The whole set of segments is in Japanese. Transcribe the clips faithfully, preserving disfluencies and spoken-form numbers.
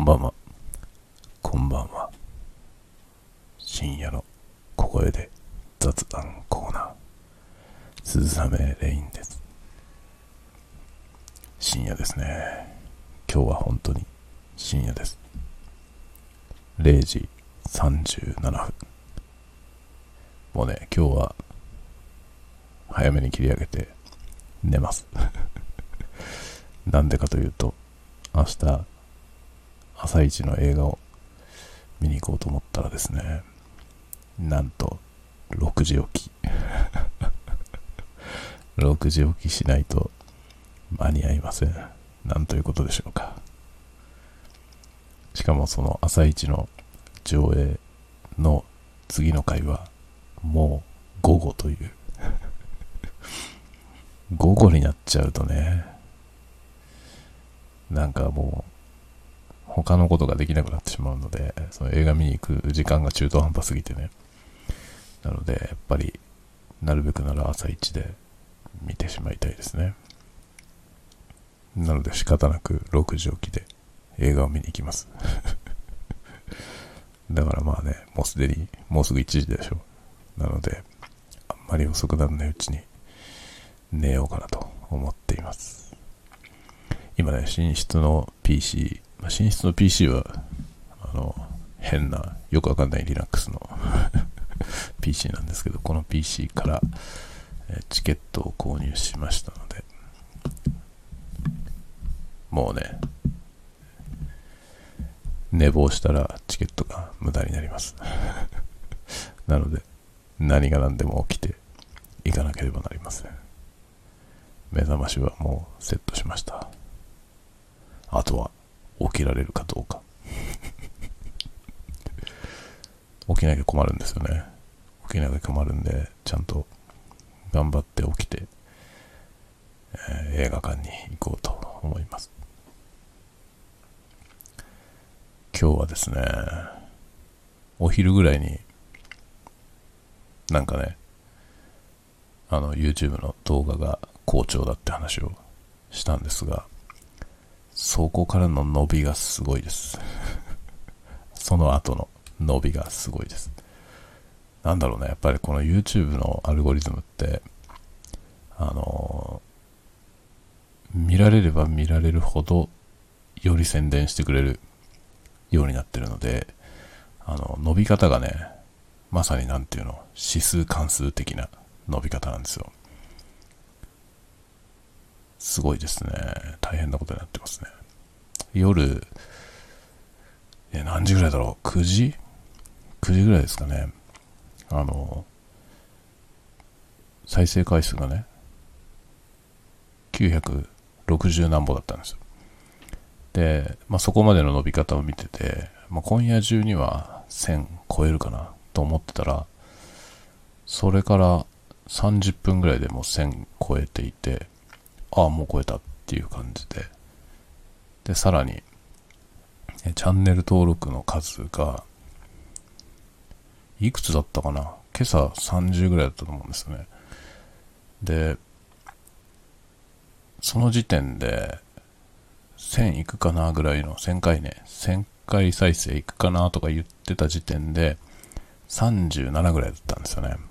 んばんは。こんばんは。深夜の小声で雑談コーナー、鈴雨レインです。深夜ですね。今日は本当に深夜です。れいじさんじゅうななふん。もうね、今日は早めに切り上げて寝ますなんでかというと、明日朝一の映画を見に行こうと思ったらですね、なんとろくじ起きろくじ起きしないと間に合いません。なんということでしょうか。しかもその朝一の上映の次の回はもう午後という午後になっちゃうとね、なんかもう他のことができなくなってしまうので、その映画見に行く時間が中途半端すぎてね。なのでやっぱりなるべくなら朝一で見てしまいたいですね。なので仕方なくろくじ起きで映画を見に行きますだからまあね、もうすでにもうすぐいちじでしょ。なのであんまり遅くならないうちに寝ようかなと思っています。今ね、寝室の ピーシー、まあ、寝室の ピーシー はあの変なよくわかんない Linux のピーシー なんですけど、この ピーシー からチケットを購入しましたので、もうね、寝坊したらチケットが無駄になりますなので何が何でも起きていかなければなりません。目覚ましはもうセットしました。あとは起きられるかどうか起きなきゃ困るんですよね。起きなきゃ困るんで、ちゃんと頑張って起きて、えー、映画館に行こうと思います。今日はですね、お昼ぐらいになんかね、あの YouTube の動画が好調だって話をしたんですが、そこからの伸びがすごいですその後の伸びがすごいです。なんだろうね、やっぱりこの YouTube のアルゴリズムってあの見られれば見られるほどより宣伝してくれるようになってるので、あの伸び方がね、まさになんていうの、指数関数的な伸び方なんですよ。すごいですね。大変なことになってますね。夜え何時ぐらいだろう、くじ ?く 時ぐらいですかね。あの再生回数がねきゅうひゃくろくじゅう何歩だったんですよ。で、まあ、そこまでの伸び方を見てて、まあ、今夜中にはせん超えるかなと思ってたら、それからさんじゅっぷんぐらいでもうせん超えていて、ああもう超えたっていう感じで、でさらにチャンネル登録の数がいくつだったかな、今朝さんじゅうぐらいだったと思うんですよね。でその時点でせんいくかなぐらいの、せんかいね、せんかい再生いくかなとか言ってた時点でさんじゅうななぐらいだったんですよね。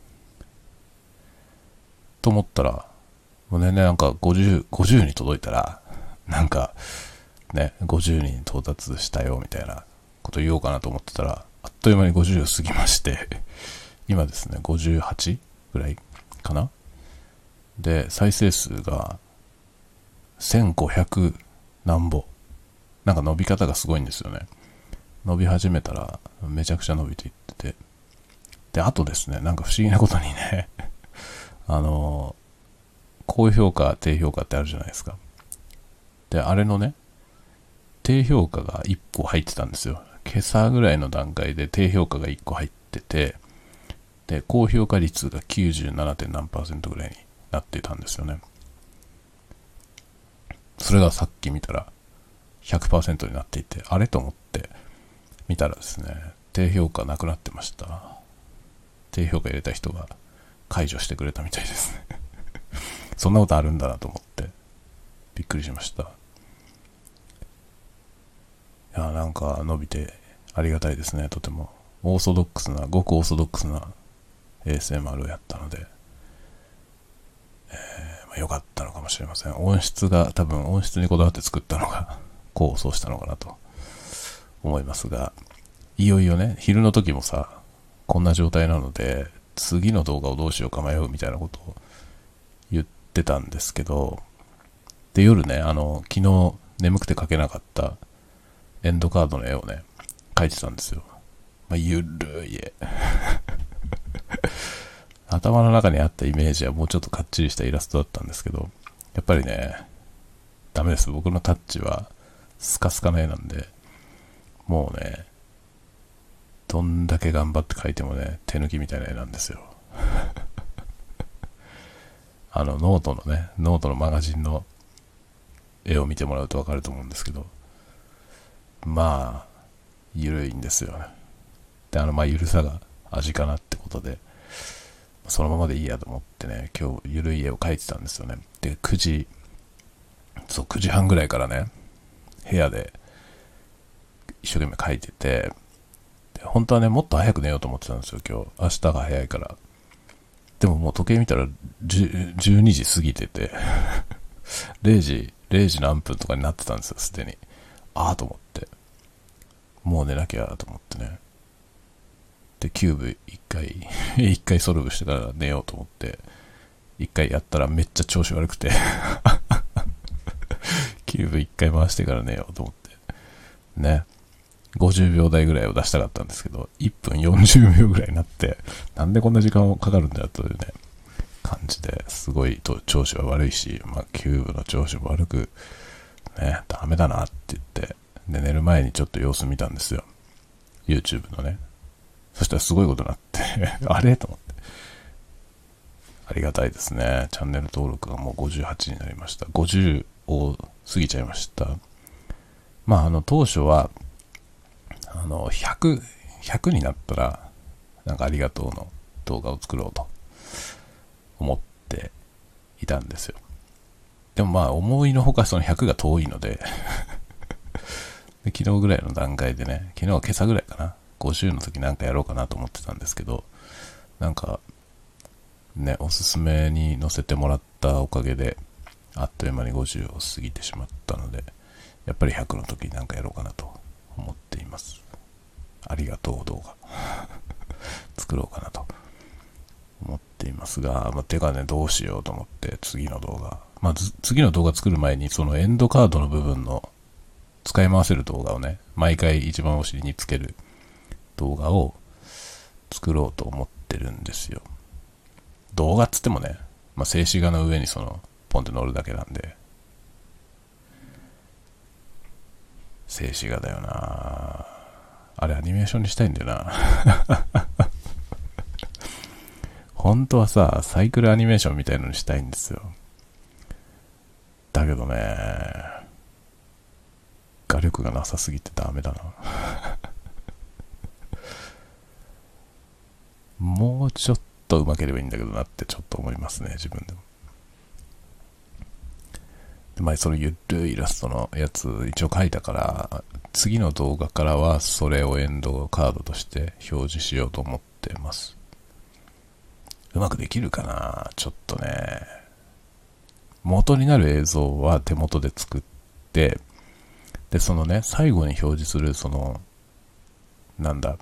と思ったら、もうね、なんかごじゅう、ごじゅうに届いたら、なんかね、ごじゅうにん到達したよみたいなこと言おうかなと思ってたら、あっという間にごじゅうを過ぎまして今ですね、ごじゅうはちぐらいかな。で、再生数がせんごひゃく何歩。なんか伸び方がすごいんですよね。伸び始めたらめちゃくちゃ伸びていってて、であとですね、なんか不思議なことにねあの高評価低評価ってあるじゃないですか。であれのね、低評価がいっこ入ってたんですよ。今朝ぐらいの段階で低評価がいっこ入ってて、で高評価率が きゅうじゅうなな. 点何パーセントぐらいになっていたんですよね。それがさっき見たら ひゃくパーセント になっていて、あれと思って見たらですね、低評価なくなってました。低評価入れた人が解除してくれたみたいですねそんなことあるんだなと思ってびっくりしました。 いや、なんか伸びてありがたいですね。とてもオーソドックスな、ごくオーソドックスな エーエスエムアール をやったので、まあ、良かったのかもしれません。音質が、多分音質にこだわって作ったのが功を奏したのかなと思いますが、いよいよね、昼の時もさ、こんな状態なので、次の動画をどうしようか迷うみたいなことを言ってたんですけど、で、夜ね、あの、昨日眠くて描けなかったエンドカードの絵をね、描いてたんですよ。まあ、ゆるい絵。頭の中にあったイメージはもうちょっとかっちりしたイラストだったんですけど、やっぱりね、ダメです。僕のタッチはスカスカな絵なんで、もうね、どんだけ頑張って描いてもね、手抜きみたいな絵なんですよ。あの、ノートのね、ノートのマガジンの絵を見てもらうとわかると思うんですけど、まあ、ゆるいんですよね。で、あの、まあ、ゆるさが味かなってことで、そのままでいいやと思ってね、今日ゆるい絵を描いてたんですよね。で、くじ、そう、くじはんぐらいからね、部屋で一生懸命描いてて、本当はね、もっと早く寝ようと思ってたんですよ、今日。明日が早いから。でももう時計見たらじゅじゅうにじ過ぎてて、れいじ、れいじ何分とかになってたんですよ、すでに。ああと思って。もう寝なきゃと思ってね。で、キューブ一回、一回ソルブしてから寝ようと思って、一回やったらめっちゃ調子悪くて、キューブ一回回してから寝ようと思って。ね。ごじゅうびょう台ぐらいを出したかったんですけど、いっぷんよんじゅうびょうぐらいになって、なんでこんな時間かかるんだよというね、感じですごいと調子は悪いし、まあ、キューブの調子も悪く、ね、ダメだなって言って、で、寝る前にちょっと様子見たんですよ。YouTube のね。そしたらすごいことになって、あれと思って。ありがたいですね。チャンネル登録がもうごじゅうはちになりました。ごじゅうを過ぎちゃいました。まあ、あの、当初は、あの、ひゃく、ひゃくになったら、なんかありがとうの動画を作ろうと思っていたんですよ。でもまあ、思いのほかそのひゃくが遠いので、で昨日ぐらいの段階でね、昨日は今朝ぐらいかな、ごじゅうの時なんかやろうかなと思ってたんですけど、なんか、ね、おすすめに載せてもらったおかげで、あっという間にごじゅうを過ぎてしまったので、やっぱりひゃくの時になんかやろうかなと思っています。ありがとう動画作ろうかなと思っていますが、まあ、てかね、どうしようと思って次の動画、まあ、次の動画作る前にそのエンドカードの部分の使い回せる動画をね、毎回一番お尻につける動画を作ろうと思ってるんですよ。動画っつってもね、まあ、静止画の上にそのポンって乗るだけなんで、静止画だよな。あれアニメーションにしたいんだよな。本当はさ、サイクルアニメーションみたいのにしたいんですよ。だけどね、画力がなさすぎてダメだな。もうちょっと上手ければいいんだけどなってちょっと思いますね、自分でも。で、まあ、そのゆるいイラストのやつ一応書いたから、次の動画からはそれをエンドカードとして表示しようと思ってます。うまくできるかな、ちょっとね。元になる映像は手元で作って、で、そのね、最後に表示する、その、なんだ、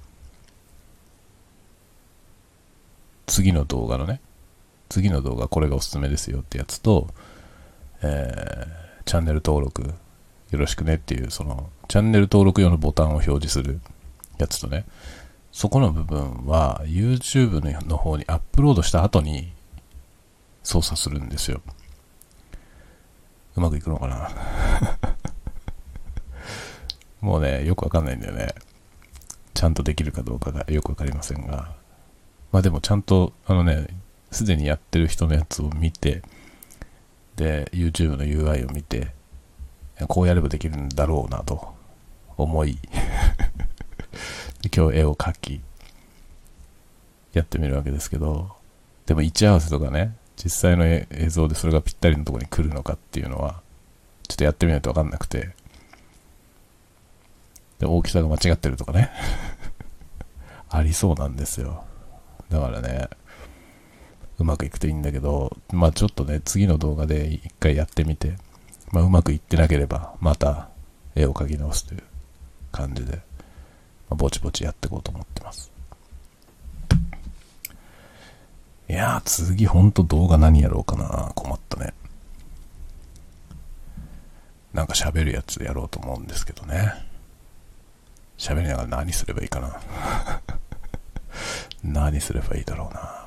次の動画のね、次の動画これがおすすめですよってやつと、えー、チャンネル登録よろしくねっていう、そのチャンネル登録用のボタンを表示するやつとね、そこの部分は YouTube の方にアップロードした後に操作するんですよ。うまくいくのかな。もうね、よくわかんないんだよね。ちゃんとできるかどうかがよくわかりませんが、まあでもちゃんとあのね、すでにやってる人のやつを見て、で YouTube の ユーアイ を見て、こうやればできるんだろうなと思いで今日絵を描きやってみるわけですけど、でも位置合わせとかね、実際の映像でそれがぴったりのところに来るのかっていうのはちょっとやってみないと分かんなくて、 で、大きさが間違ってるとかね。ありそうなんですよ。だからね、うまくいくといいんだけど、まあちょっとね、次の動画で一回やってみて、まあうまくいってなければ、また絵を描き直すという感じで、まあ、ぼちぼちやっていこうと思ってます。いやー、次ほんと動画何やろうかな。困ったね。なんか喋るやつやろうと思うんですけどね。喋りながら何すればいいかな。何すればいいだろうな。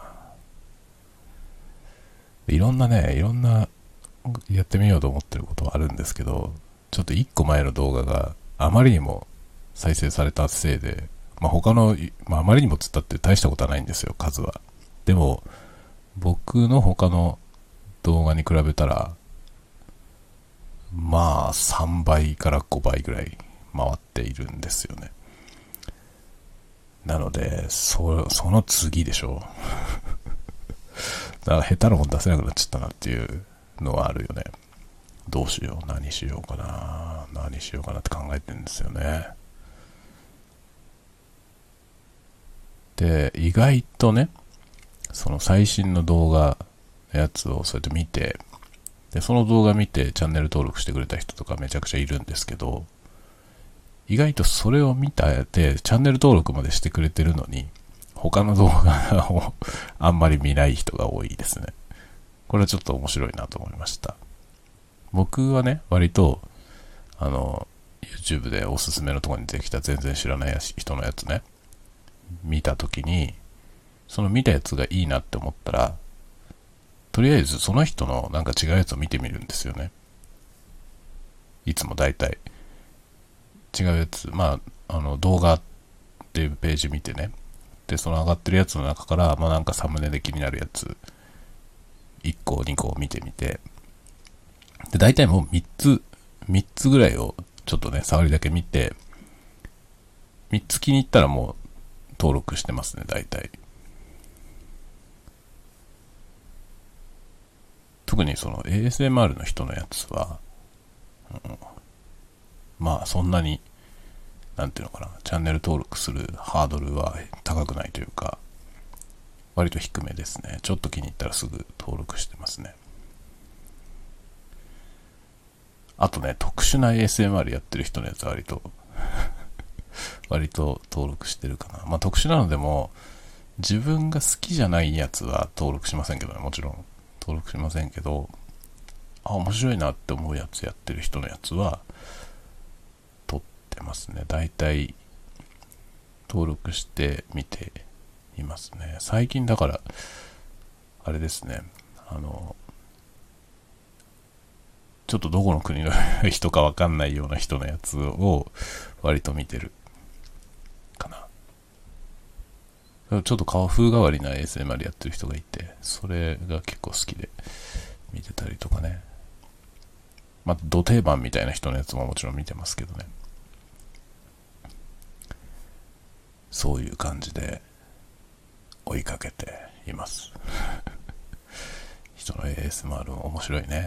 いろんなね、いろんなやってみようと思ってることはあるんですけど、ちょっと一個前の動画があまりにも再生されたせいで、まあ他の、まああまりにもつったって大したことはないんですよ、数は。でも、僕の他の動画に比べたら、まあさんばいからごばいぐらい回っているんですよね。なので、そ、その次でしょ。だから下手なもん出せなくなっちゃったなっていうのはあるよね。どうしよう、何しようかな、何しようかなって考えてるんですよね。で、意外とね、その最新の動画のやつをそうやって見て、で、その動画見てチャンネル登録してくれた人とかめちゃくちゃいるんですけど、意外とそれを見たで、チャンネル登録までしてくれてるのに、他の動画をあんまり見ない人が多いですね。これはちょっと面白いなと思いました。僕はね、割と、あの、YouTube でおすすめのところに出てきた全然知らない人のやつね、見たときに、その見たやつがいいなって思ったら、とりあえずその人のなんか違うやつを見てみるんですよね。いつも大体。違うやつ、まあ、あの、動画っていうページ見てね。で、その上がってるやつの中から、まあなんかサムネで気になるやつ、いっこ、にこ見てみて、で、大体もうみっつ、みっつぐらいをちょっとね、触りだけ見て、みっつ気に入ったらもう登録してますね、大体。特にその エーエスエムアール の人のやつは、うん、まあそんなに、なんていうのかな、チャンネル登録するハードルは高くないというか、割と低めですね。ちょっと気に入ったらすぐ登録してますね。あとね、特殊な エーエスエムアール やってる人のやつは割と割と登録してるかな。まあ特殊なのでも、自分が好きじゃないやつは登録しませんけどね、もちろん登録しませんけど、あ、面白いなって思うやつやってる人のやつは撮ってますね。だいたい登録してみていますね。最近だからあれですね、あのちょっとどこの国の人かわかんないような人のやつを割と見てるかな。ちょっと顔風変わりな エーエスエムアール やってる人がいて、それが結構好きで見てたりとかね。まあ、ド定番みたいな人のやつももちろん見てますけどね。そういう感じで追いかけています。人の エーエスエムアール も面白いね。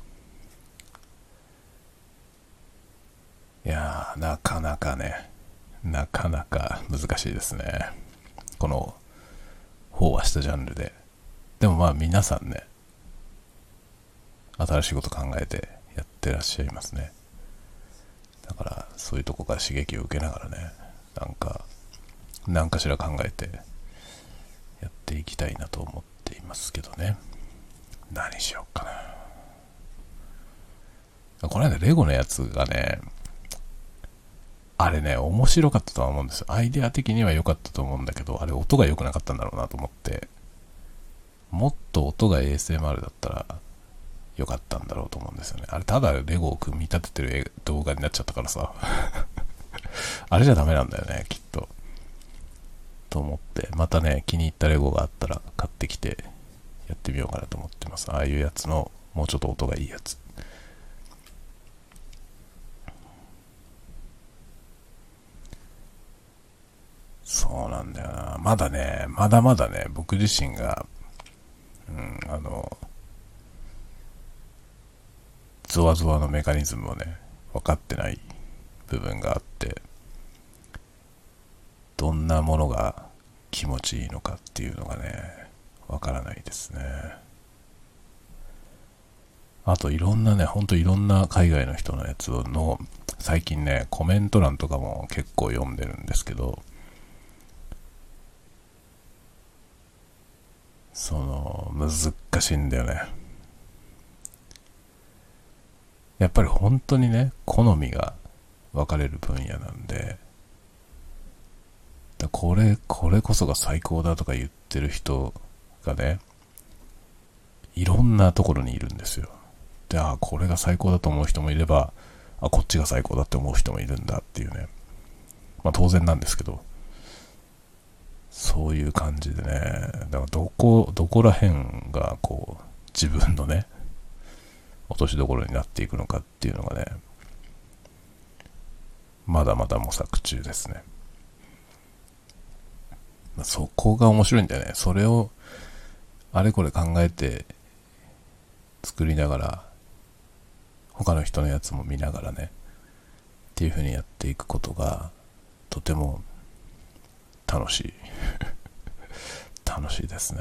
いやー、なかなかね、なかなか難しいですね。この飽和したジャンルで。でもまあ皆さんね、新しいこと考えてやってらっしゃいますね。だからそういうとこから刺激を受けながらね、なんか何かしら考えてやっていきたいなと思っていますけどね。何しようかな。この間レゴのやつがね、あれね、面白かったとは思うんですよ。アイデア的には良かったと思うんだけど、あれ音が良くなかったんだろうなと思って、もっと音が エーエスエムアール だったら良かったんだろうと思うんですよね。あれただレゴを組み立ててる動画になっちゃったからさあれじゃダメなんだよね、きっと。と思って、またね、気に入ったレゴがあったら買ってきてやってみようかなと思ってます。ああいうやつのもうちょっと音がいいやつ。そうなんだよな。まだね、まだまだね、僕自身が、うん、あの、ゾワゾワのメカニズムをね、分かってない部分があって、 どんなものが気持ちいいのかっていうのがね、わからないですね。あといろんなね、ほんといろんな海外の人のやつの最近ね、コメント欄とかも結構読んでるんですけど、その難しいんだよね。やっぱり本当にね、好みが分かれる分野なんで、だこれこれこそが最高だとか言ってる人がね、いろんなところにいるんですよ。で、あ、これが最高だと思う人もいれば、あ、こっちが最高だって思う人もいるんだっていうね。まあ当然なんですけど、そういう感じでね、だからどこどこら辺がこう自分のね落としどころになっていくのかっていうのがね、まだまだ模索中ですね。そこが面白いんだよね。それをあれこれ考えて作りながら、他の人のやつも見ながらねっていう風にやっていくことがとても楽しい楽しいですね。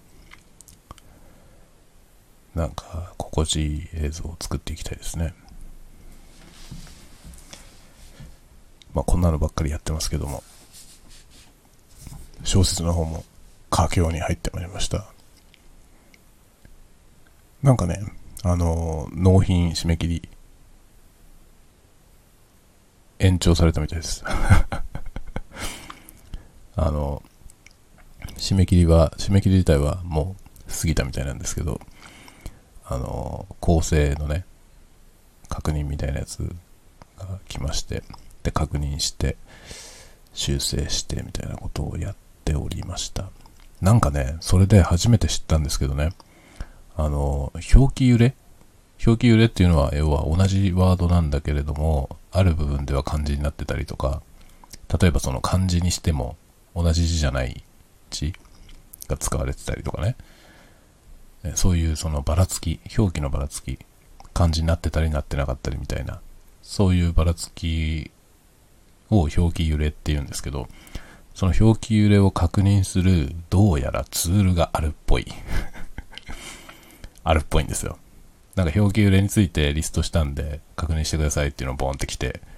なんか心地いい映像を作っていきたいですね。まあこんなのばっかりやってますけども、小説の方も佳境に入ってまいりました。なんかね、あの納品締め切り延長されたみたいですあの締め切りは締め切り自体はもう過ぎたみたいなんですけど、あの構成のね確認みたいなやつが来まして、で確認して修正してみたいなことをやっておりました。なんかね、それで初めて知ったんですけどね、あの表記揺れ表記揺れっていうのは要は同じワードなんだけれども、ある部分では漢字になってたりとか、例えばその漢字にしても同じ字じゃない字が使われてたりとかね、そういうそのばらつき、表記のばらつき、漢字になってたりなってなかったりみたいな、そういうばらつきを表記揺れって言うんですけど、その表記揺れを確認するどうやらツールがあるっぽいあるっぽいんですよ。なんか表記揺れについてリストしたんで確認してくださいっていうのをボンってきて、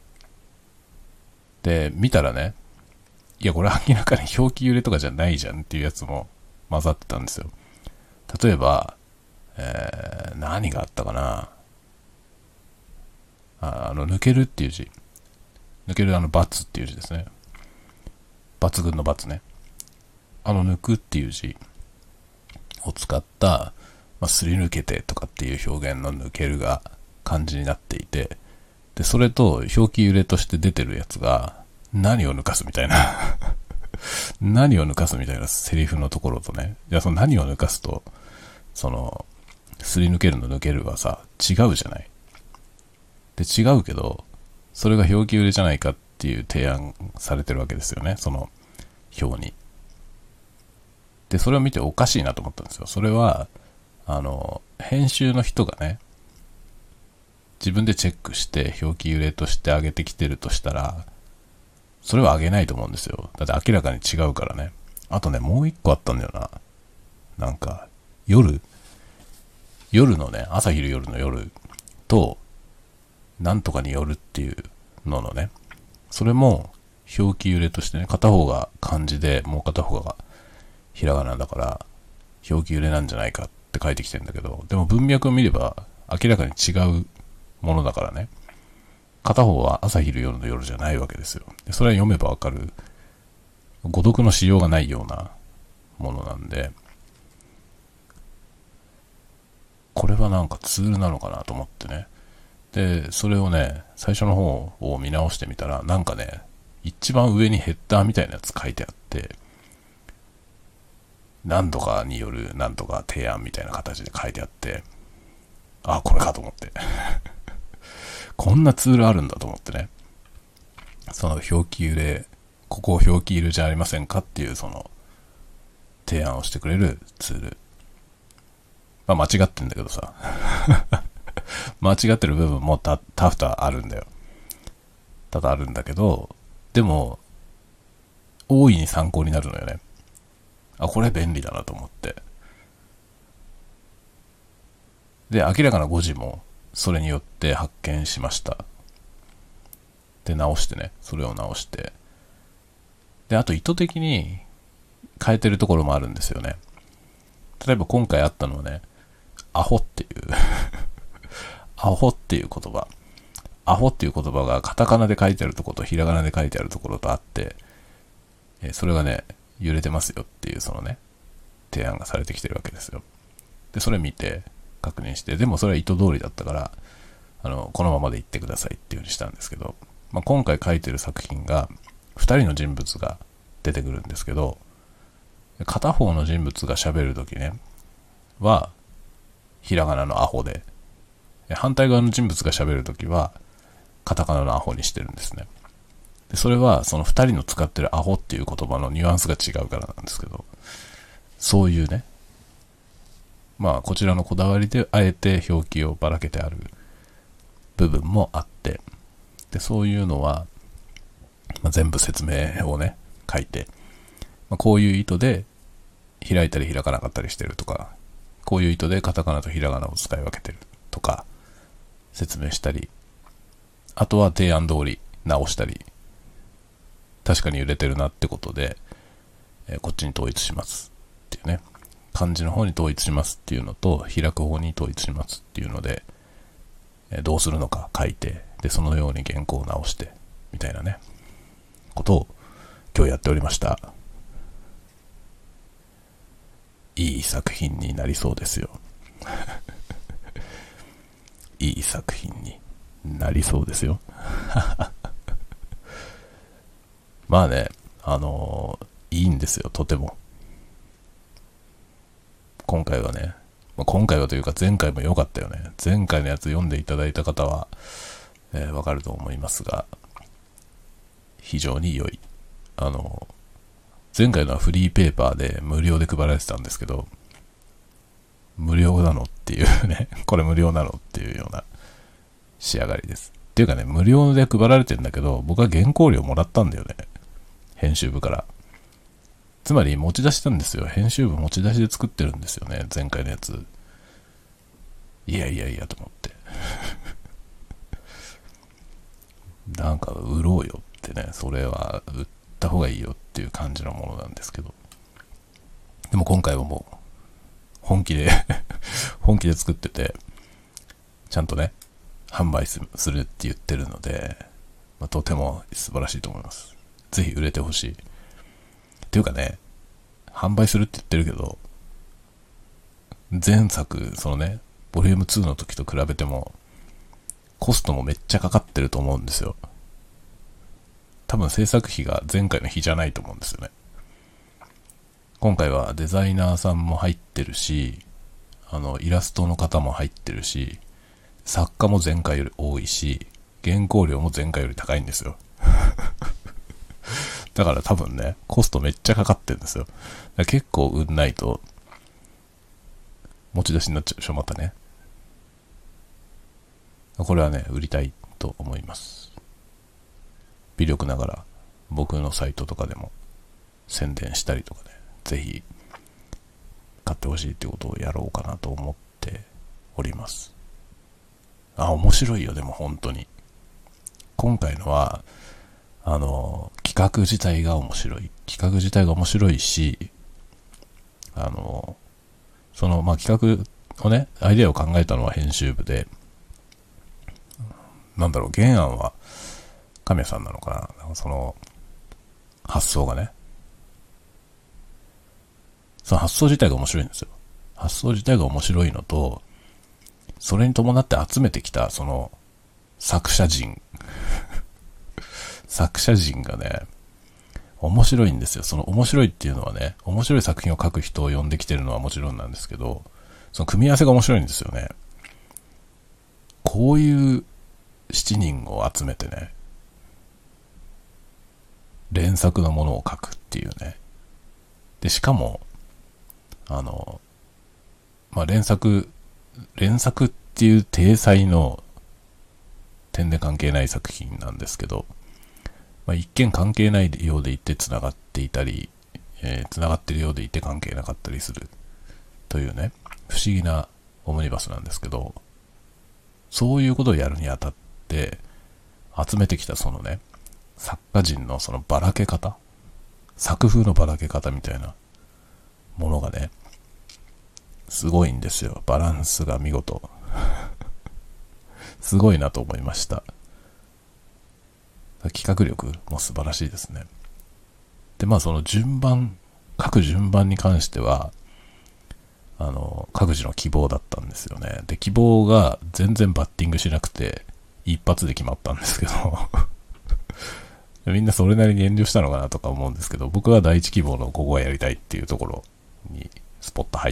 で見たらね、いやこれ明らかに表記揺れとかじゃないじゃんっていうやつも混ざってたんですよ。例えば、えー、何があったかなあ、あの抜けるっていう字、抜けるあの×っていう字ですね。抜群の×ね。あの抜くっていう字を使った、まあ、すり抜けてとかっていう表現の抜けるが漢字になっていて、でそれと表記揺れとして出てるやつが何を抜かすみたいな何を抜かすみたいなセリフのところとね、じゃあその何を抜かすとそのすり抜けるの抜けるはさ違うじゃない。で違うけどそれが表記揺れじゃないかっていう提案されてるわけですよね、その表に。でそれを見ておかしいなと思ったんですよ。それはあの編集の人がね自分でチェックして表記揺れとして上げてきてるとしたら、それは上げないと思うんですよ。だって明らかに違うからね。あとね、もう一個あったんだよな。なんか夜夜のね、朝昼夜の夜となんとかによるっていうののね、それも表記揺れとしてね、片方が漢字でもう片方がひらがなだから表記揺れなんじゃないかって書いてきてるんだけど、でも文脈を見れば明らかに違うものだからね、片方は朝昼夜の夜じゃないわけですよ。でそれは読めばわかる誤読のしようがないようなものなんで、これはなんかツールなのかなと思ってね。でそれをね最初の方を見直してみたら、なんかね一番上にヘッダーみたいなやつ書いてあって、何とかによる何とか提案みたいな形で書いてあって、あ、これかと思ってこんなツールあるんだと思ってね、その表記揺れ、ここを表記揺れじゃありませんかっていうその提案をしてくれるツール、まあ間違ってんだけどさ間違ってる部分もた多々あるんだよ。多々あるんだけど、でも大いに参考になるのよね。あ、これ便利だなと思って。で、明らかな誤字もそれによって発見しました。で、直してね、それを直して。で、あと意図的に変えてるところもあるんですよね。例えば今回あったのはね、アホっていうアホっていう言葉。アホっていう言葉がカタカナで書いてあるところとひらがなで書いてあるところとあって、えそれがね、揺れてますよっていうそのね、提案がされてきてるわけですよ。で、それ見て確認して、でもそれは意図通りだったから、あの、このままで言ってくださいっていう風にしたんですけど、まあ、今回書いてる作品が、二人の人物が出てくるんですけど、片方の人物が喋るときね、は、ひらがなのアホで、反対側の人物が喋るときは、カタカナのアホにしてるんですね。で、それはその二人の使ってるアホっていう言葉のニュアンスが違うからなんですけど、そういうね、まあこちらのこだわりであえて表記をばらけてある部分もあって、で、そういうのは、まあ、全部説明をね、書いて、まあ、こういう意図で開いたり開かなかったりしてるとか、こういう意図でカタカナとひらがなを使い分けてるとか、説明したり、あとは提案通り直したり、確かに揺れてるなってことで、えー、こっちに統一しますっていうね。漢字の方に統一しますっていうのと、開く方に統一しますっていうので、えー、どうするのか書いて、で、そのように原稿を直して、みたいなね、ことを今日やっておりました。いい作品になりそうですよ。いい作品になりそうですよ。まあね、あのー、いいんですよ、とても。今回はね、まあ、今回はというか前回も良かったよね。前回のやつ読んでいただいた方は、えー、わかると思いますが、非常に良い。あのー、前回のはフリーペーパーで無料で配られてたんですけど、無料なのっていうね、これ無料なのっていうような仕上がりです。っていうかね、無料で配られてるんだけど、僕は原稿料もらったんだよね。編集部から。つまり持ち出したんですよ。編集部持ち出しで作ってるんですよね。前回のやつ。いやいやいやと思って。なんか売ろうよってね、それは売った方がいいよっていう感じのものなんですけど。でも今回はもう本気で本気で作ってて、ちゃんとね、販売するって言ってるので、まあ、とても素晴らしいと思います。ぜひ売れてほしい。っていうかね、販売するって言ってるけど、前作、そのね、ボリュームツーの時と比べても、コストもめっちゃかかってると思うんですよ。多分制作費が前回の比じゃないと思うんですよね。今回はデザイナーさんも入ってるし、あの、イラストの方も入ってるし、作家も前回より多いし、原稿料も前回より高いんですよ。だから多分ね、コストめっちゃかかってるんですよ。だから結構売んないと、持ち出しになっちゃうでしょ、またね。これはね、売りたいと思います。微力ながら、僕のサイトとかでも宣伝したりとかね、ぜひ、買ってほしいってことをやろうかなと思っております。あ、面白いよ、でも本当に。今回のは、あの、企画自体が面白い。企画自体が面白いし、あの、その、まあ、企画をね、アイデアを考えたのは編集部で、なんだろう、原案は亀さんなのかな。なんかその、発想がね。その発想自体が面白いんですよ。発想自体が面白いのと、それに伴って集めてきた、その、作者陣。作者陣がね、面白いんですよ。その面白いっていうのはね、面白い作品を書く人を呼んできてるのはもちろんなんですけど、その組み合わせが面白いんですよね。こういうしちにんを集めてね、連作のものを書くっていうね。で、しかも、あの、まあ、連作、連作っていう体裁の点で関係ない作品なんですけど、まあ、一見関係ないようでいって繋がってっていたり、えー、繋がってるようでいて関係なかったりするというね、不思議なオムニバスなんですけど、そういうことをやるにあたって集めてきたそのね、作家陣のそのばらけ方、作風のばらけ方みたいなものがね、すごいんですよ。バランスが見事。すごいなと思いました。企画力も素晴らしいですね。で、まあその順番、各順番に関しては、あの、各自の希望だったんですよね。で、希望が全然バッティングしなくて、一発で決まったんですけど、みんなそれなりに遠慮したのかなとか思うんですけど、僕は第一希望のここがやりたいっていうところにスポッと入って、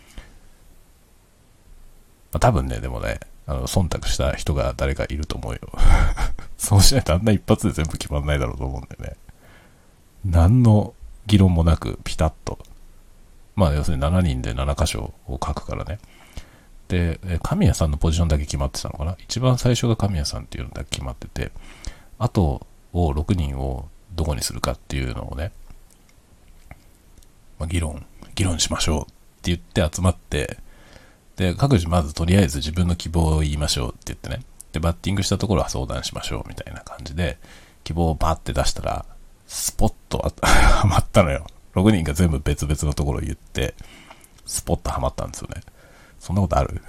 まあ、多分ね、でもね、あの、忖度した人が誰かいると思うよ。そうしないとあんな一発で全部決まんないだろうと思うんだよね。何の議論もなくピタッと。まあ要するにしちにんでなな箇所を書くからね。で、神谷さんのポジションだけ決まってたのかな。一番最初が神谷さんっていうのだけ決まってて、あとをろくにんをどこにするかっていうのをね、まあ、議論、議論しましょうって言って集まって、で、各自まずとりあえず自分の希望を言いましょうって言ってね。で、バッティングしたところは相談しましょうみたいな感じで、希望をバーって出したら、スポッとはまったのよ。ろくにんが全部別々のところを言って、スポッとはまったんですよね。そんなことある？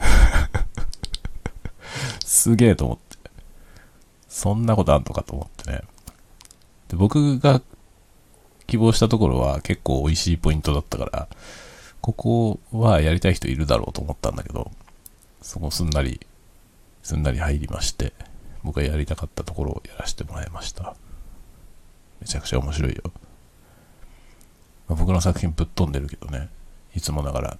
すげえと思って。そんなことあんのかと思ってね。で、僕が希望したところは結構美味しいポイントだったから、ここはやりたい人いるだろうと思ったんだけど、そこすんなり、すんなり入りまして、僕がやりたかったところをやらせてもらいました。めちゃくちゃ面白いよ。まあ、僕の作品ぶっ飛んでるけどね、いつもながら、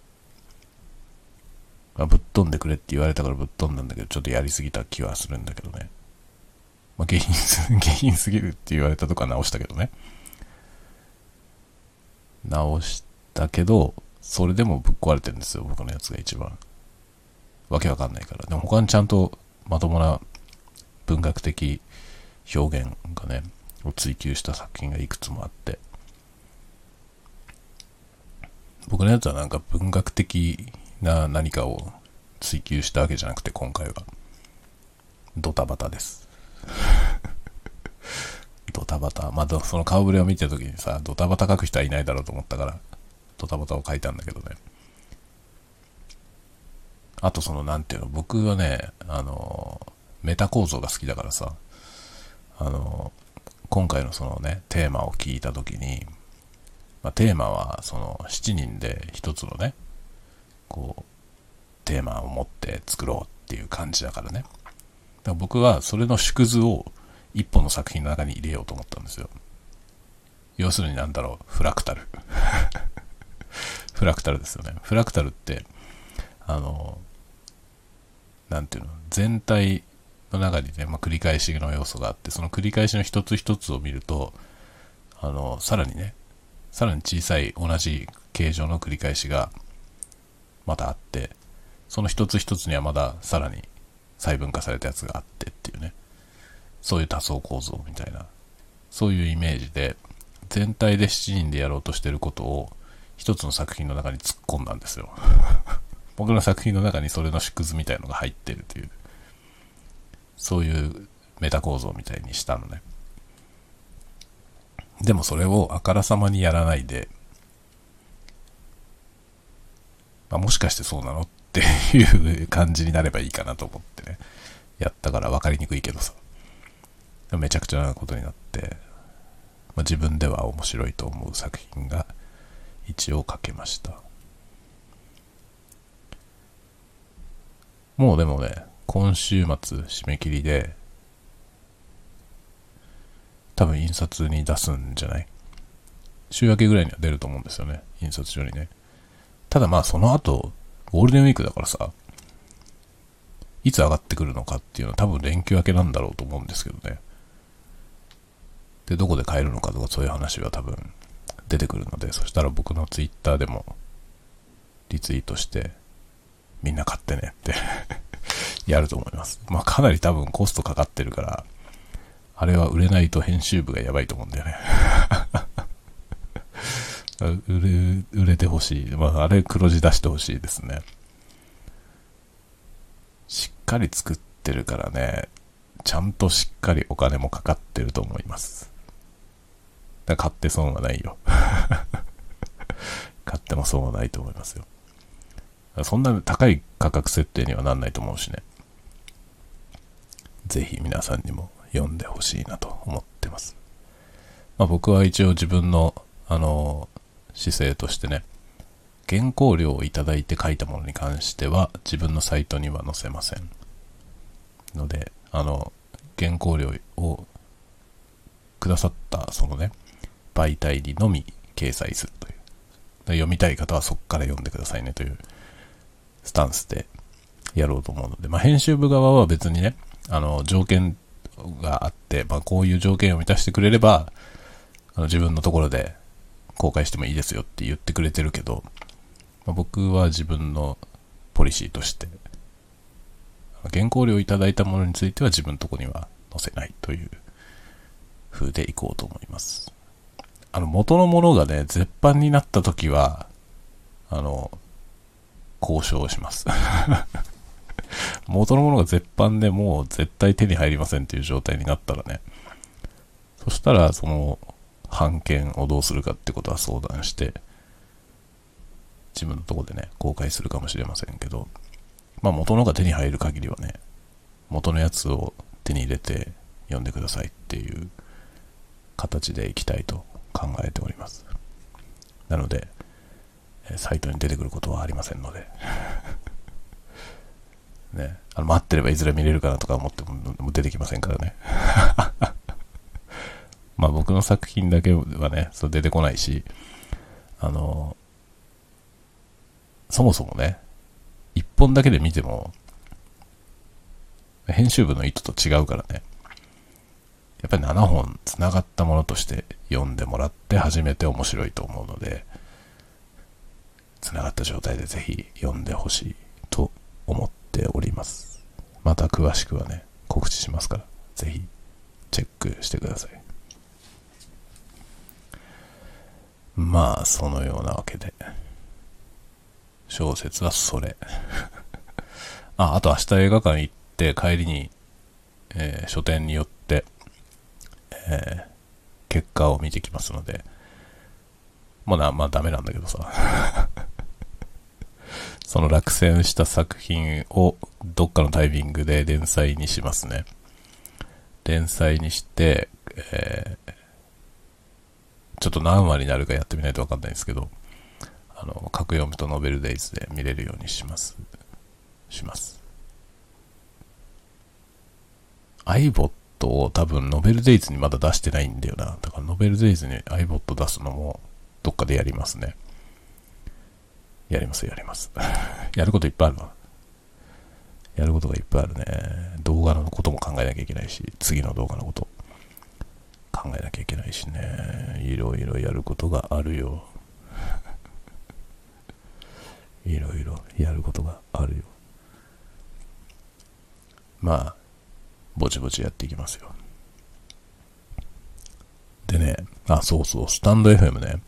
まあ、ぶっ飛んでくれって言われたからぶっ飛んだんだけど、ちょっとやりすぎた気はするんだけどね。まあ、下品す、下品すぎるって言われたとか直したけどね。直したけど、それでもぶっ壊れてるんですよ、僕のやつが一番。わけわかんないから。でも他にちゃんとまともな文学的表現がね、を追求した作品がいくつもあって、僕のやつはなんか文学的な何かを追求したわけじゃなくて、今回はドタバタですドタバタ、まあその顔ぶれを見た時にさ、ドタバタ書く人はいないだろうと思ったからドタバタを書いたんだけどね。あとそのなんていうの、僕はね、あのメタ構造が好きだからさ、あの今回のそのねテーマを聞いた時に、まあ、テーマはそのしちにんで一つのねこうテーマを持って作ろうっていう感じだからね。だから僕はそれの縮図を一本の作品の中に入れようと思ったんですよ。要するになんだろう、フラクタルフラクタルですよね。フラクタルってあのなんていうの、全体の中にね、まあ、繰り返しの要素があって、その繰り返しの一つ一つを見ると、あのさらにね、さらに小さい同じ形状の繰り返しがまたあって、その一つ一つにはまださらに細分化されたやつがあってっていうね、そういう多層構造みたいな、そういうイメージで全体でしちにんでやろうとしてることを一つの作品の中に突っ込んだんですよ僕の作品の中にそれの縮図みたいのが入ってるという、そういうメタ構造みたいにしたのね。でもそれをあからさまにやらないで、まあ、もしかしてそうなのっていう感じになればいいかなと思ってね、やったから分かりにくいけどさ、めちゃくちゃなことになって、まあ、自分では面白いと思う作品が一応書けました。もうでもね、今週末締め切りで多分印刷に出すんじゃない？週明けぐらいには出ると思うんですよね、印刷所にね。ただまあその後ゴールデンウィークだからさ、いつ上がってくるのかっていうのは多分連休明けなんだろうと思うんですけどね。で、どこで買えるのかとかそういう話は多分出てくるので、そしたら僕のツイッターでもリツイートしてみんな買ってねってやると思います。まあかなり多分コストかかってるから、あれは売れないと編集部がやばいと思うんだよね売れ、売れてほしい。まあ、あれ黒字出してほしいですね。しっかり作ってるからね、ちゃんとしっかりお金もかかってると思います。だから買って損はないよ。買っても損はないと思いますよ。そんな高い価格設定にはなんないと思うしね。ぜひ皆さんにも読んでほしいなと思ってます。まあ、僕は一応自分のあの姿勢としてね、原稿料をいただいて書いたものに関しては自分のサイトには載せませんので、あの原稿料をくださったそのね媒体にのみ掲載するという、読みたい方はそこから読んでくださいねというスタンスでやろうと思うので、まあ、編集部側は別にね、あの条件があって、まあ、こういう条件を満たしてくれればあの自分のところで公開してもいいですよって言ってくれてるけど、まあ、僕は自分のポリシーとして原稿料いただいたものについては自分のところには載せないという風でいこうと思います。あの元のものがね絶版になった時はあの交渉します元のものが絶版でもう絶対手に入りませんっていう状態になったらね、そしたらその版権をどうするかってことは相談して自分のところでね公開するかもしれませんけど、まあ元のが手に入る限りはね元のやつを手に入れて読んでくださいっていう形でいきたいと考えております。なのでサイトに出てくることはありませんのでね、あの待ってればいずれ見れるかなとか思っても出てきませんからねまあ僕の作品だけはねそう出てこないし、あのそもそもね一本だけで見ても編集部の意図と違うからね、やっぱりななほんつながったものとして読んでもらって初めて面白いと思うので、つながった状態でぜひ読んでほしいと思っております。また詳しくはね告知しますからぜひチェックしてください。まあそのようなわけで小説はそれああと明日映画館行って帰りに、えー、書店によって、えー、結果を見てきますので、もうなまあダメなんだけどさその落選した作品をどっかのタイミングで連載にしますね。連載にして、えー、ちょっと何話になるかやってみないと分かんないんですけど、あの格読みとノベルデイズで見れるようにしますします。アイボットを多分ノベルデイズにまだ出してないんだよな。だからノベルデイズにアイボット出すのもどっかでやりますね。やりますやりますやることいっぱいあるわ。やることがいっぱいあるね。動画のことも考えなきゃいけないし、次の動画のこと考えなきゃいけないしね。いろいろやることがあるよいろいろやることがあるよ。まあぼちぼちやっていきますよ。でね、あ、そうそう、スタンド エフエム ね。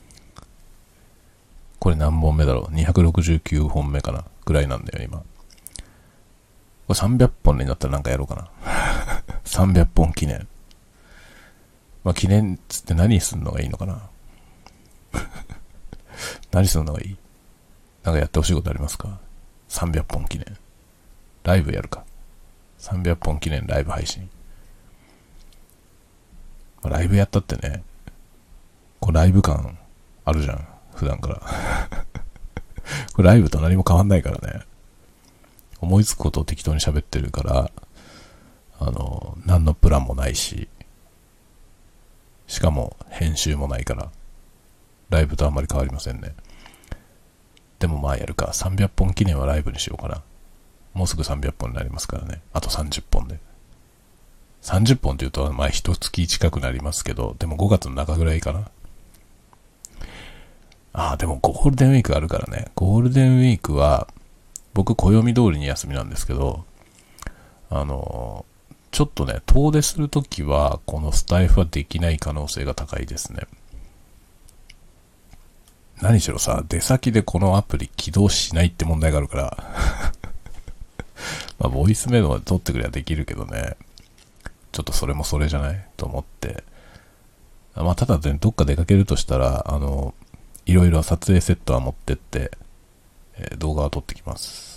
これ何本目だろう ?にひゃくろくじゅうきゅうほんめかなぐらいなんだよ、今。これさんびゃっぽんになったらなんかやろうかな。さんびゃっぽん記念。まあ記念つって何すんのがいいのかな何すんのがいいなんかやってほしいことありますか ?さんびゃっぽん記念。ライブやるか。さんびゃっぽん記念ライブ配信。まあ、ライブやったってね、こうライブ感あるじゃん。普段から。これライブと何も変わんないからね。思いつくことを適当に喋ってるから、あの、何のプランもないし、しかも編集もないから、ライブとあんまり変わりませんね。でもまあやるか。さんびゃっぽん記念はライブにしようかな。もうすぐさんびゃっぽんになりますからね。あとさんじゅっぽんで。さんじゅっぽんって言うと、まあ一月近くなりますけど、でもごがつの中ぐらいかな。ああ、でもゴールデンウィークあるからね。ゴールデンウィークは、僕暦通りに休みなんですけど、あの、ちょっとね、遠出するときは、このスタイフはできない可能性が高いですね。 何しろさ、出先でこのアプリ起動しないって問題があるから、まあ、ボイスメモは取ってくればできるけどね、ちょっとそれもそれじゃないと思って、まあ、ただね、どっか出かけるとしたら、あの、いろいろ撮影セットは持ってって、えー動画を撮ってきます。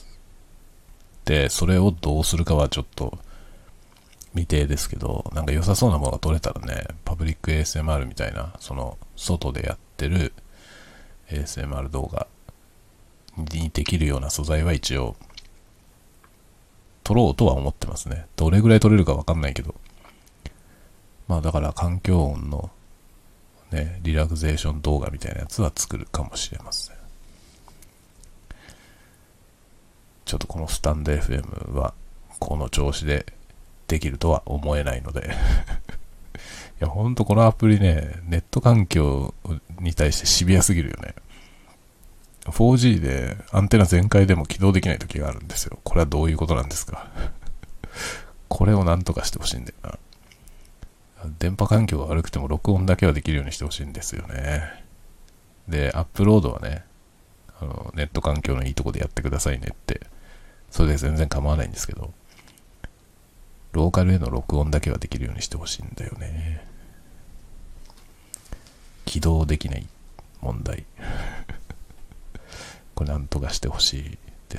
で、それをどうするかはちょっと未定ですけど、なんか良さそうなものが撮れたらね、パブリック エーエスエムアール みたいな、その、外でやってる エーエスエムアール 動画にできるような素材は一応、撮ろうとは思ってますね。どれぐらい撮れるかわかんないけど。まあだから環境音のね、リラクゼーション動画みたいなやつは作るかもしれません。ちょっとこのスタンド エフエム はこの調子でできるとは思えないのでいやほんとこのアプリね、ネット環境に対してシビアすぎるよね。 フォージー でアンテナ全開でも起動できない時があるんですよ。これはどういうことなんですかこれをなんとかしてほしいんだよな。電波環境が悪くても録音だけはできるようにしてほしいんですよね。で、アップロードはね、あのネット環境のいいとこでやってくださいねって、それで全然構わないんですけど、ローカルへの録音だけはできるようにしてほしいんだよね。起動できない問題これなんとかしてほしいです。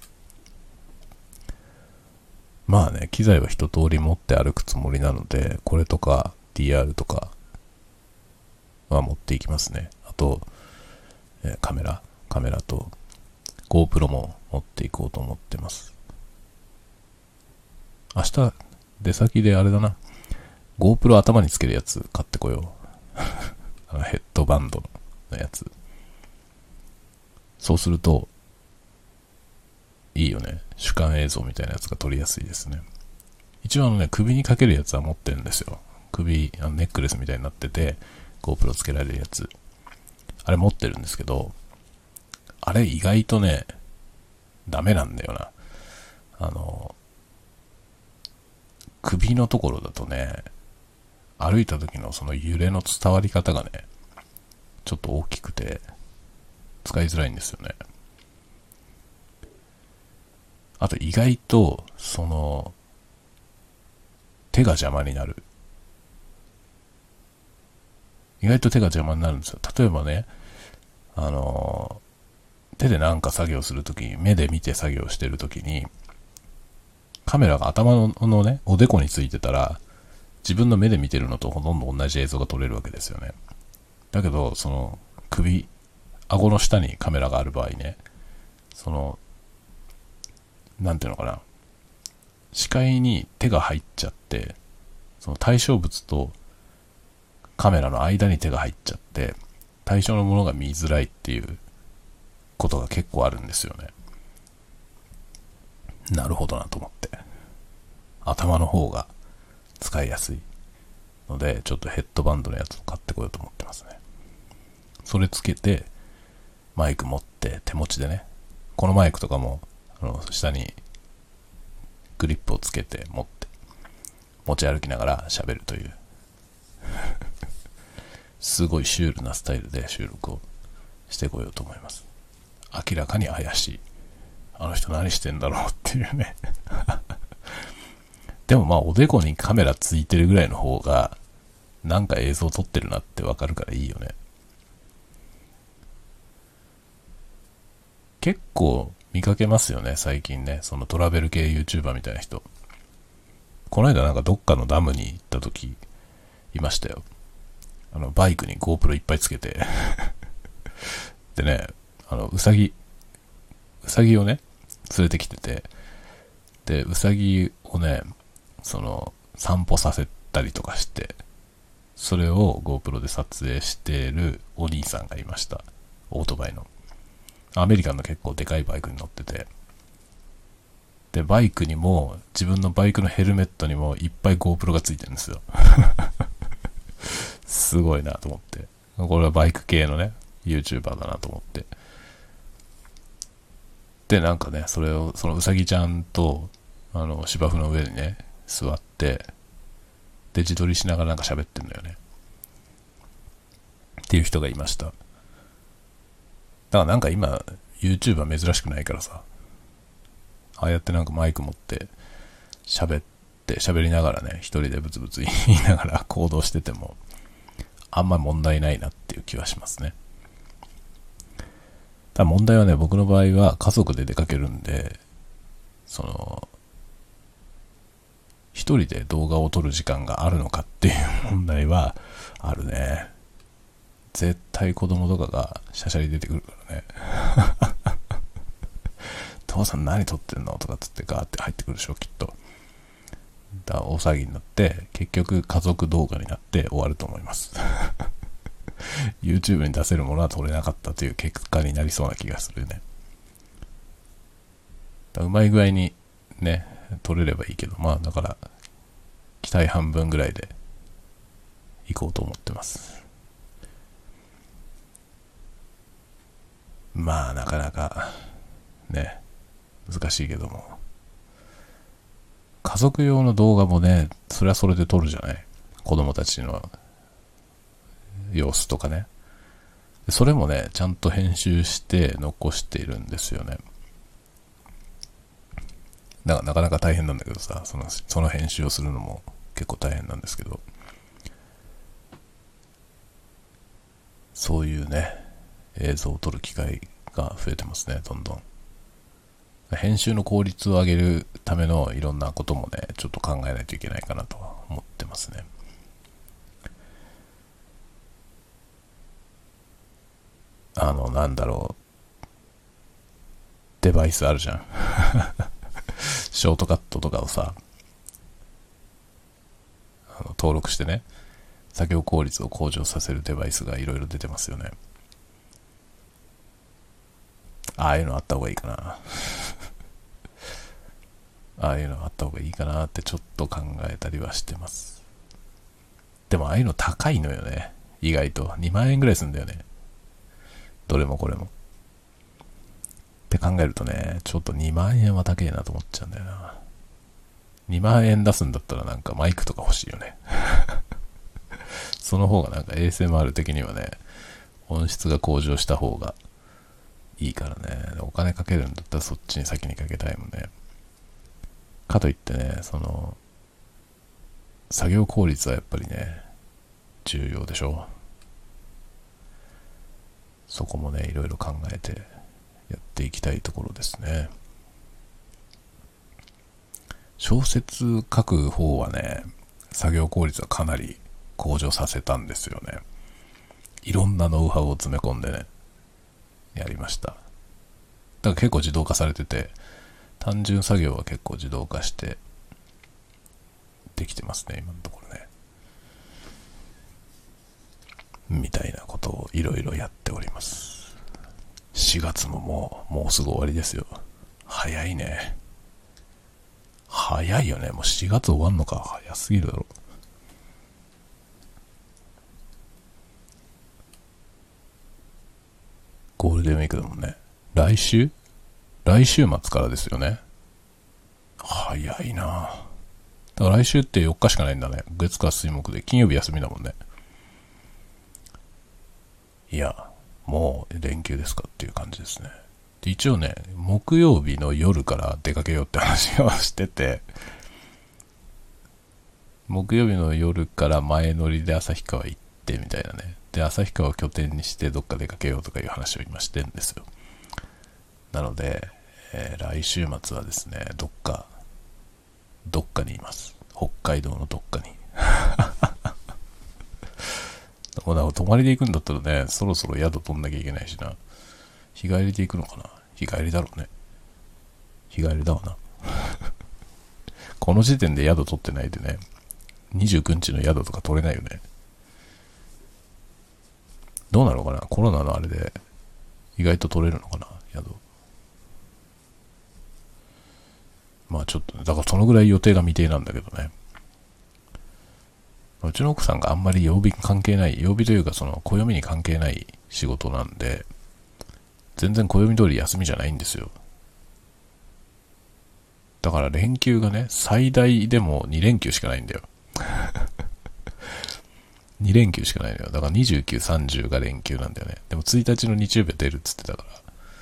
まあね、機材は一通り持って歩くつもりなので、これとか ディーアール とかは持っていきますね。あと、えーカメラ、カメラと GoPro も持っていこうと思ってます。明日、出先であれだな。GoPro 頭につけるやつ買ってこよう。あのヘッドバンドのやつ。そうすると、いいよね。主観映像みたいなやつが撮りやすいですね。一応あのね、首にかけるやつは持ってるんですよ。首、あのネックレスみたいになってて、GoPro つけられるやつ。あれ持ってるんですけど、あれ意外とね、ダメなんだよな。あの、首のところだとね、歩いた時のその揺れの伝わり方がね、ちょっと大きくて、使いづらいんですよね。あと意外と、その、手が邪魔になる。意外と手が邪魔になるんですよ。例えばね、あの、手でなんか作業するときに、目で見て作業してるときに、カメラが頭ののね、おでこについてたら、自分の目で見てるのとほとんど同じ映像が撮れるわけですよね。だけど、その、首、顎の下にカメラがある場合ね、その、なんていうのかな、視界に手が入っちゃって、その対象物とカメラの間に手が入っちゃって、対象のものが見づらいっていうことが結構あるんですよね。なるほどなと思って。頭の方が使いやすいので、ちょっとヘッドバンドのやつを買ってこようと思ってますね。それつけて、マイク持って手持ちでね、このマイクとかも、あの、下にグリップをつけて持って、持ち歩きながら喋るという、すごいシュールなスタイルで収録をしてこようと思います。明らかに怪しい。あの人何してんだろうっていうね。でもまあおでこにカメラついてるぐらいの方がなんか映像撮ってるなってわかるからいいよね。結構見かけますよね最近ね、そのトラベル系 YouTuber みたいな人。この間なんかどっかのダムに行った時いましたよ。あのバイクに GoPro いっぱいつけてでね、あのうさぎうさぎをね連れてきてて、でうさぎをね、その散歩させたりとかして、それを GoPro で撮影してるお兄さんがいました。オートバイのアメリカンの結構でかいバイクに乗ってて、でバイクにも自分のバイクのヘルメットにもいっぱい GoPro がついてるんですよすごいなと思って、これはバイク系のね YouTuber だなと思って、でなんかね、それをそのうさぎちゃんとあの芝生の上にね座ってで自撮りしながらなんか喋ってんだよねっていう人がいました。 だからなんか今 YouTube は珍しくないからさ、ああやってなんかマイク持って喋って喋りながらね、一人でブツブツ言いながら行動しててもあんまり問題ないなっていう気はしますね。ただ問題はね、僕の場合は家族で出かけるんで、その一人で動画を撮る時間があるのかっていう問題はあるね。絶対子供とかがシャシャリ出てくるからね。父さん何撮ってんのとかつってガーって入ってくるでしょ、きっと。だから大騒ぎになって結局家族動画になって終わると思います。YouTube に出せるものは撮れなかったという結果になりそうな気がするね。だうまい具合にね撮れればいいけど、まあだから期待半分ぐらいで行こうと思ってます。まあなかなかね難しいけども、家族用の動画もねそれはそれで撮るじゃない、子供たちの様子とかね。それもねちゃんと編集して残しているんですよね。だからなかなか大変なんだけどさ、そのその編集をするのも結構大変なんですけど、そういうね映像を撮る機会が増えてますね、どんどん。編集の効率を上げるためのいろんなこともねちょっと考えないといけないかなとは思ってますね。あのなんだろう、デバイスあるじゃん。ショートカットとかをさあの登録してね、作業効率を向上させるデバイスがいろいろ出てますよね。ああいうのあった方がいいかな。ああいうのあった方がいいかなってちょっと考えたりはしてます。でもああいうの高いのよね、意外とにまんえんぐらいするんだよね、どれもこれも。って考えるとねちょっとにまんえんは高いなと思っちゃうんだよな。にまんえん出すんだったらなんかマイクとか欲しいよね。その方がなんか エーエスエムアール 的にはね音質が向上した方がいいからね。お金かけるんだったらそっちに先にかけたいもんね。かといってね、その作業効率はやっぱりね重要でしょ。そこもねいろいろ考えてやっていきたいところですね。小説書く方はね作業効率はかなり向上させたんですよね。いろんなノウハウを詰め込んでねやりました。だから結構自動化されてて、単純作業は結構自動化してできてますね今のところね。みたいなことをいろいろやっております。しがつももうもうすぐ終わりですよ。早いね。早いよね。もうしがつ終わんのか。早すぎるだろ。ゴールデンウィークだもんね。来週来週末からですよね。早いな。だから来週ってよっかしかないんだね。月火水木で金曜日休みだもんね。いやもう連休ですかっていう感じですね。で一応ね木曜日の夜から出かけようって話をしてて、木曜日の夜から前乗りで旭川行ってみたいなね。で旭川を拠点にしてどっか出かけようとかいう話を今してんですよ。なので、えー、来週末はですねどっかどっかにいます。北海道のどっかに。もうなんか泊まりで行くんだったらねそろそろ宿取んなきゃいけないしな。日帰りで行くのかな。日帰りだろうね。日帰りだわな。この時点で宿取ってないでねにじゅうくにちの宿とか取れないよね。どうなのかな、コロナのあれで意外と取れるのかな宿。まあちょっと、ね、だからそのぐらい予定が未定なんだけどね。うちの奥さんがあんまり曜日関係ない、曜日というかその暦に関係ない仕事なんで全然暦通り休みじゃないんですよ。だから連休がね最大でもにれんきゅうしかないんだよ。 に連休しかないのよ。だからにじゅうく、さんじゅうが連休なんだよね。でもついたちの日曜日は出るっつってたから。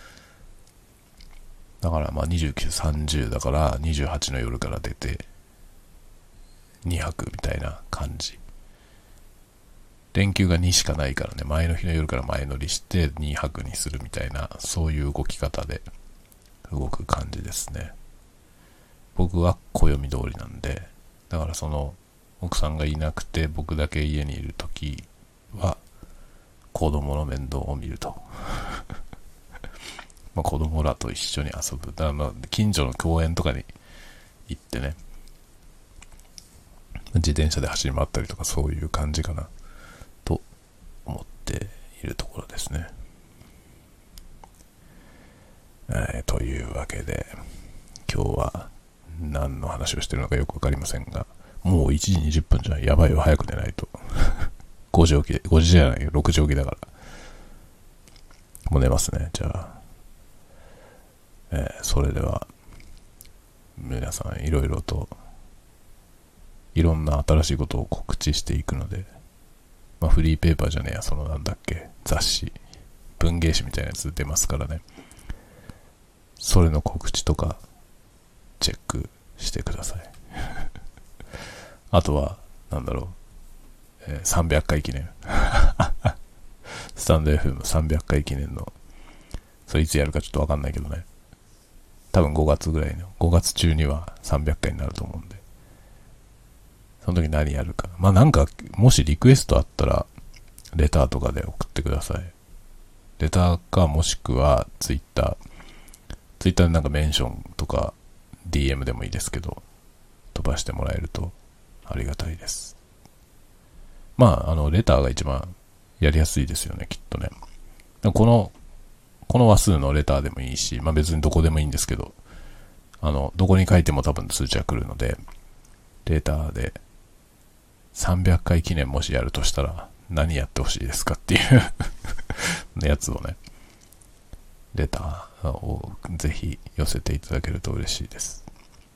だからまあにじゅうく、さんじゅうだからにじゅうはちの夜から出てにはくみたいな感じ。連休がにしかないからね、前の日の夜から前乗りしてにはくにするみたいな、そういう動き方で動く感じですね。僕は暦通りなんで、だからその奥さんがいなくて僕だけ家にいるときは子供の面倒を見るとまあ子供らと一緒に遊ぶ。だからまあ近所の公園とかに行ってね、自転車で走り回ったりとか、そういう感じかなと思っているところですね。えー、というわけで今日は何の話をしてるのかよくわかりませんが、もういちじにじゅっぷんじゃん。やばいよ、早く寝ないとごじ起きで、ごじじゃないよ、ろくじ起きだからもう寝ますね。じゃあ、えー、それでは皆さんいろいろといろんな新しいことを告知していくので、まあ、フリーペーパーじゃねえや、そのなんだっけ、雑誌、文芸誌みたいなやつ出ますからね。それの告知とかチェックしてくださいあとはなんだろう、えー、さんびゃっかい記念スタンド エフエムさんびゃっかい記念の、それいつやるかちょっとわかんないけどね、多分ごがつぐらいのごがつ中にはさんびゃっかいになると思うんで、その時何やるか、まあなんかもしリクエストあったらレターとかで送ってください。レターか、もしくはツイッターツイッターでなんかメンションとか ディーエム でもいいですけど飛ばしてもらえるとありがたいです。まああのレターが一番やりやすいですよね、きっとね。このこの話数のレターでもいいし、まあ別にどこでもいいんですけど、あのどこに書いても多分通知は来るので、レターでさんびゃっかい記念もしやるとしたら何やってほしいですかっていうやつをね、レターをぜひ寄せていただけると嬉しいです。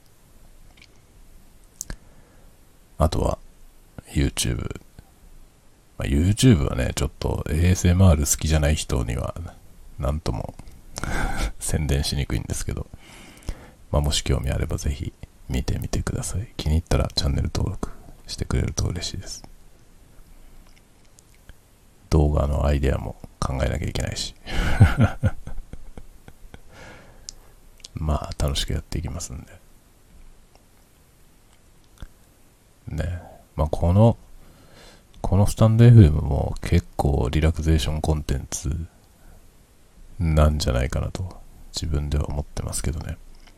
あとは YouTube、まあ、YouTube はねちょっと エーエスエムアール 好きじゃない人にはなんとも宣伝しにくいんですけど、まあ、もし興味あればぜひ見てみてください。気に入ったらチャンネル登録してくれると嬉しいです。動画のアイデアも考えなきゃいけないしまあ楽しくやっていきますんでね。まあこのこのスタンド エフエム も結構リラクゼーションコンテンツなんじゃないかなと自分では思ってますけどね。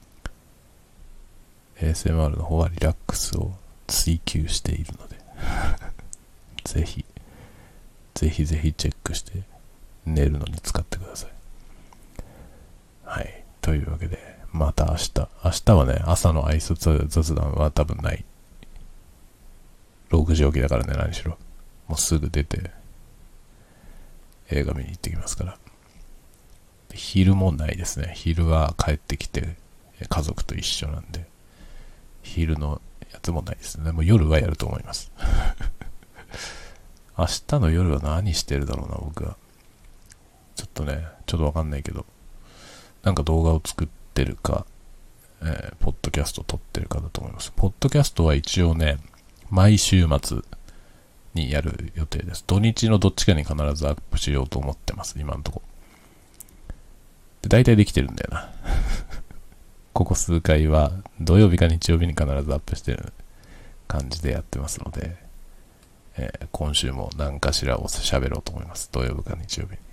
エーエスエムアール の方はリラックスを追求しているのでぜひぜひぜひチェックして寝るのに使ってください。はい、というわけでまた明日明日はね、朝の挨拶雑談は多分ない。ろくじ起きだからね、何しろもうすぐ出て映画見に行ってきますから。昼もないですね。昼は帰ってきて家族と一緒なんで昼のやつもないですね。もう夜はやると思います明日の夜は何してるだろうな、僕は。ちょっとね、ちょっとわかんないけど、なんか動画を作ってるか、えー、ポッドキャスト撮ってるかだと思います。ポッドキャストは一応ね、毎週末にやる予定です。土日のどっちかに必ずアップしようと思ってます、今のところ。で、大体できてるんだよな。ここ数回は土曜日か日曜日に必ずアップしてる感じでやってますので、えー、今週も何かしらを喋ろうと思います。土曜日か日曜日に。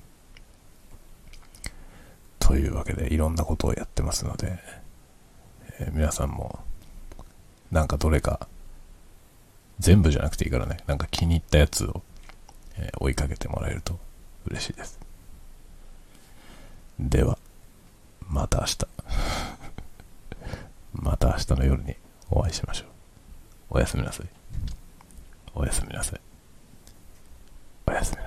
というわけでいろんなことをやってますので、えー、皆さんもなんかどれか全部じゃなくていいからね、なんか気に入ったやつを、えー、追いかけてもらえると嬉しいです。ではまた明日また明日の夜にお会いしましょう。おやすみなさい。おやすみなさい。おやすみ。